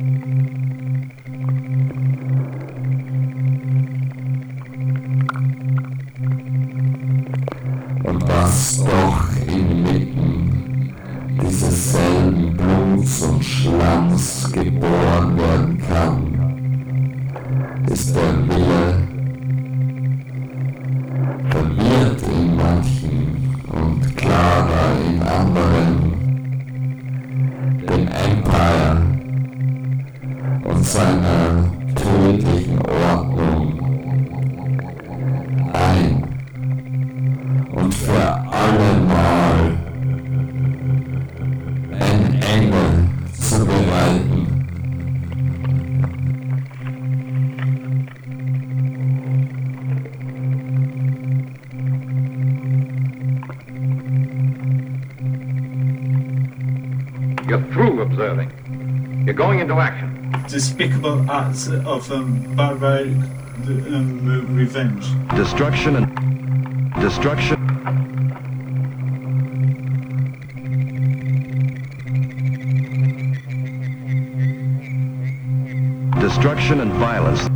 Und was doch inmitten dieses selben Bluts und Schlamms geboren werden kann, ist der Wille, verwirrt in manchen und klarer in anderen, dem Empire und seiner tödlichen Ordnung ein und für allemal ein Ende zu bereiten. You're through observing. You're going into action. Despicable acts of barbaric revenge. Destruction and destruction. Destruction and violence.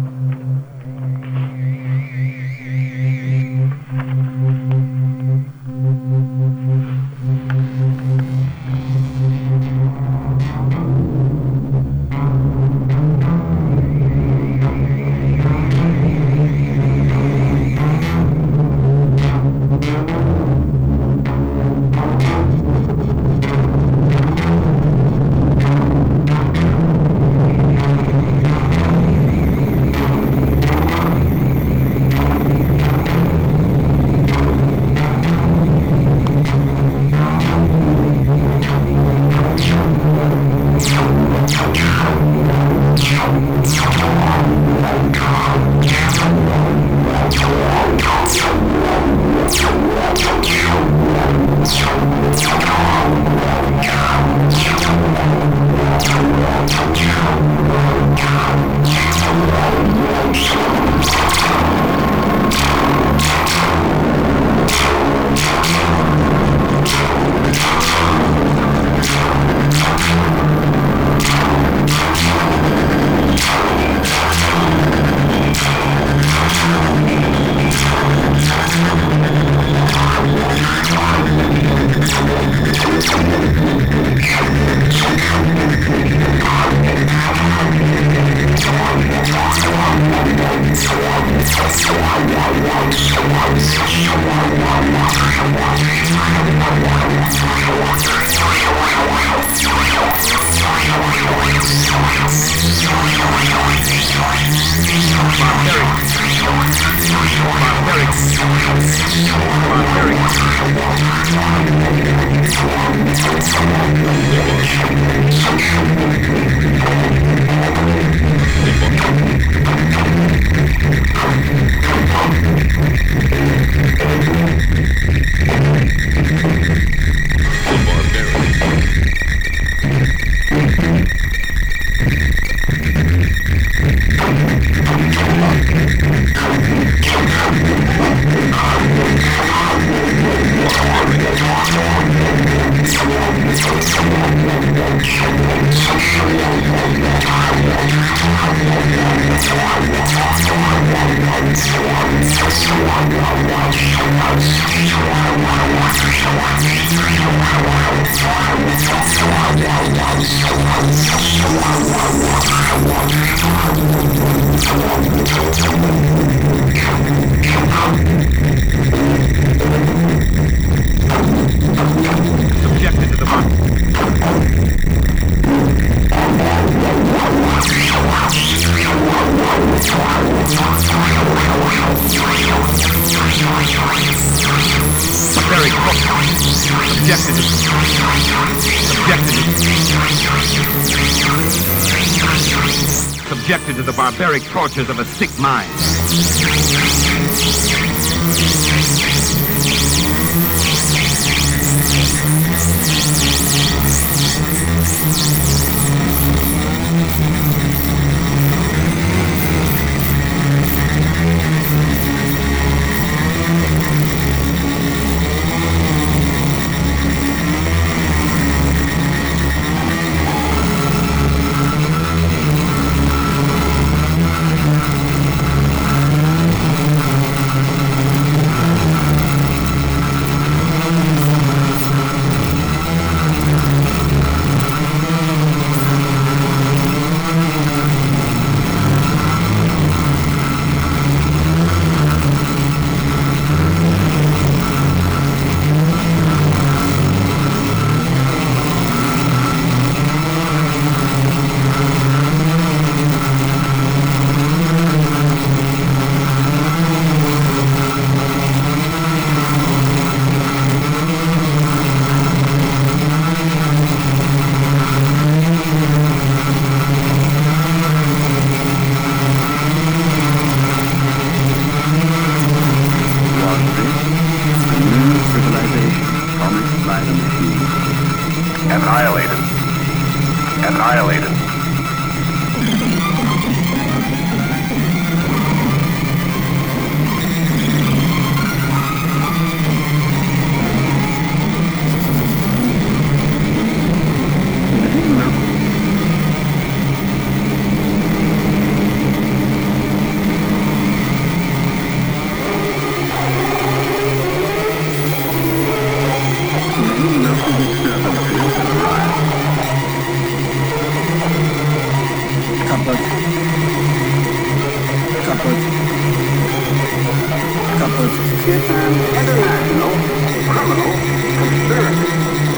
Subjected to the barbaric tortures of a sick mind. Annihilated. International criminal conspiracy.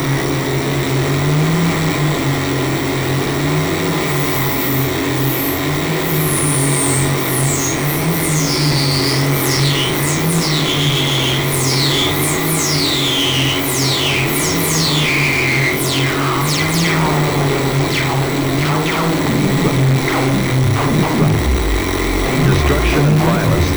Destruction and violence.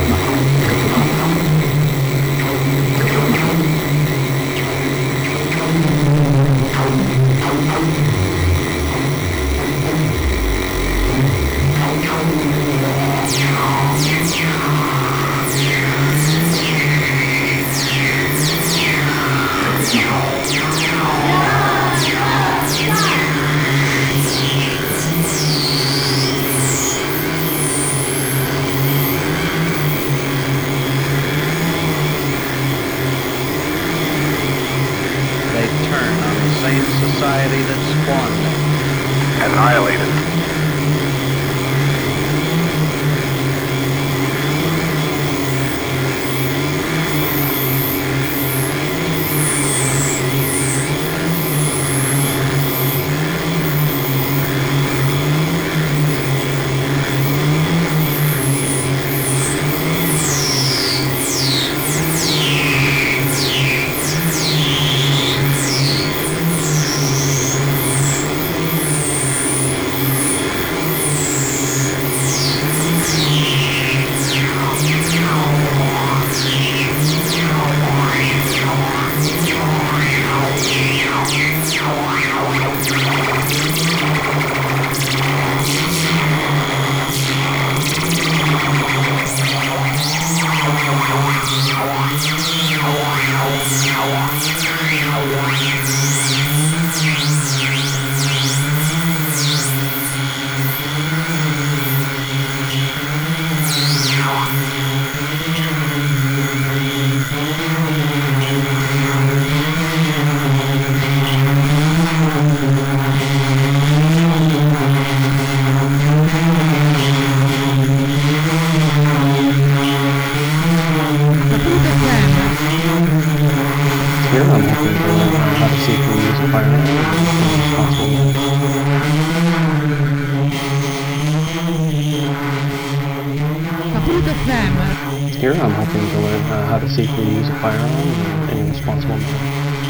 Society that spawned them. Annihilated. Here I'm hoping to learn how to safely use a firearm in a responsible manner. Here I'm hoping to learn how to safely use a firearm in a responsible manner.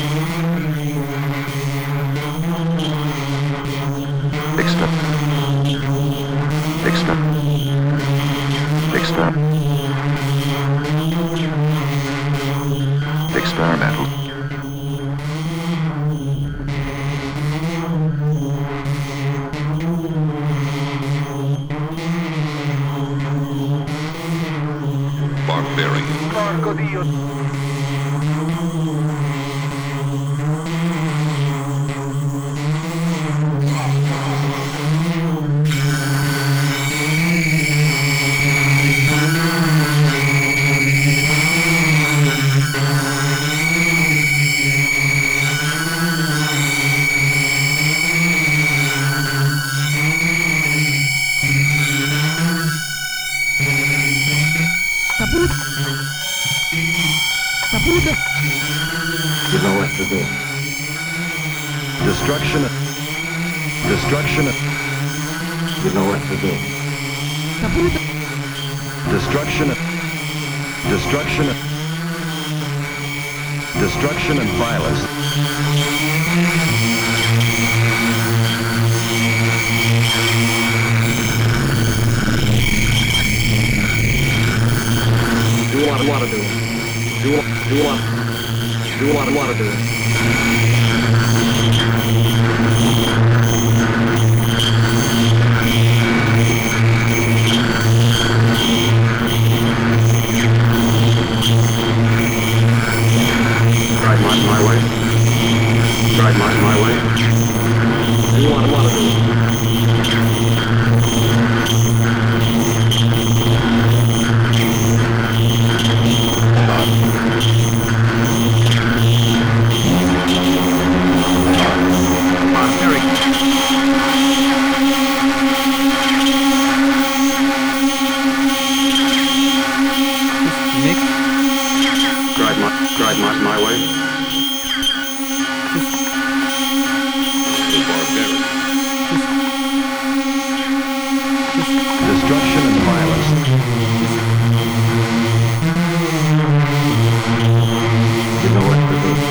Experimental. Barbarian. Porco Dio. You know what to do. Destruction. Destruction. You know what to do. Destruction. Destruction. Destruction and violence. Do what I want to do. Do what I want to do. Drive my way. Drive my way. Do what I want to do. Drive my way. Destruction and violence. You know what to do.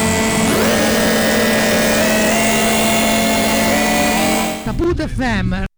FM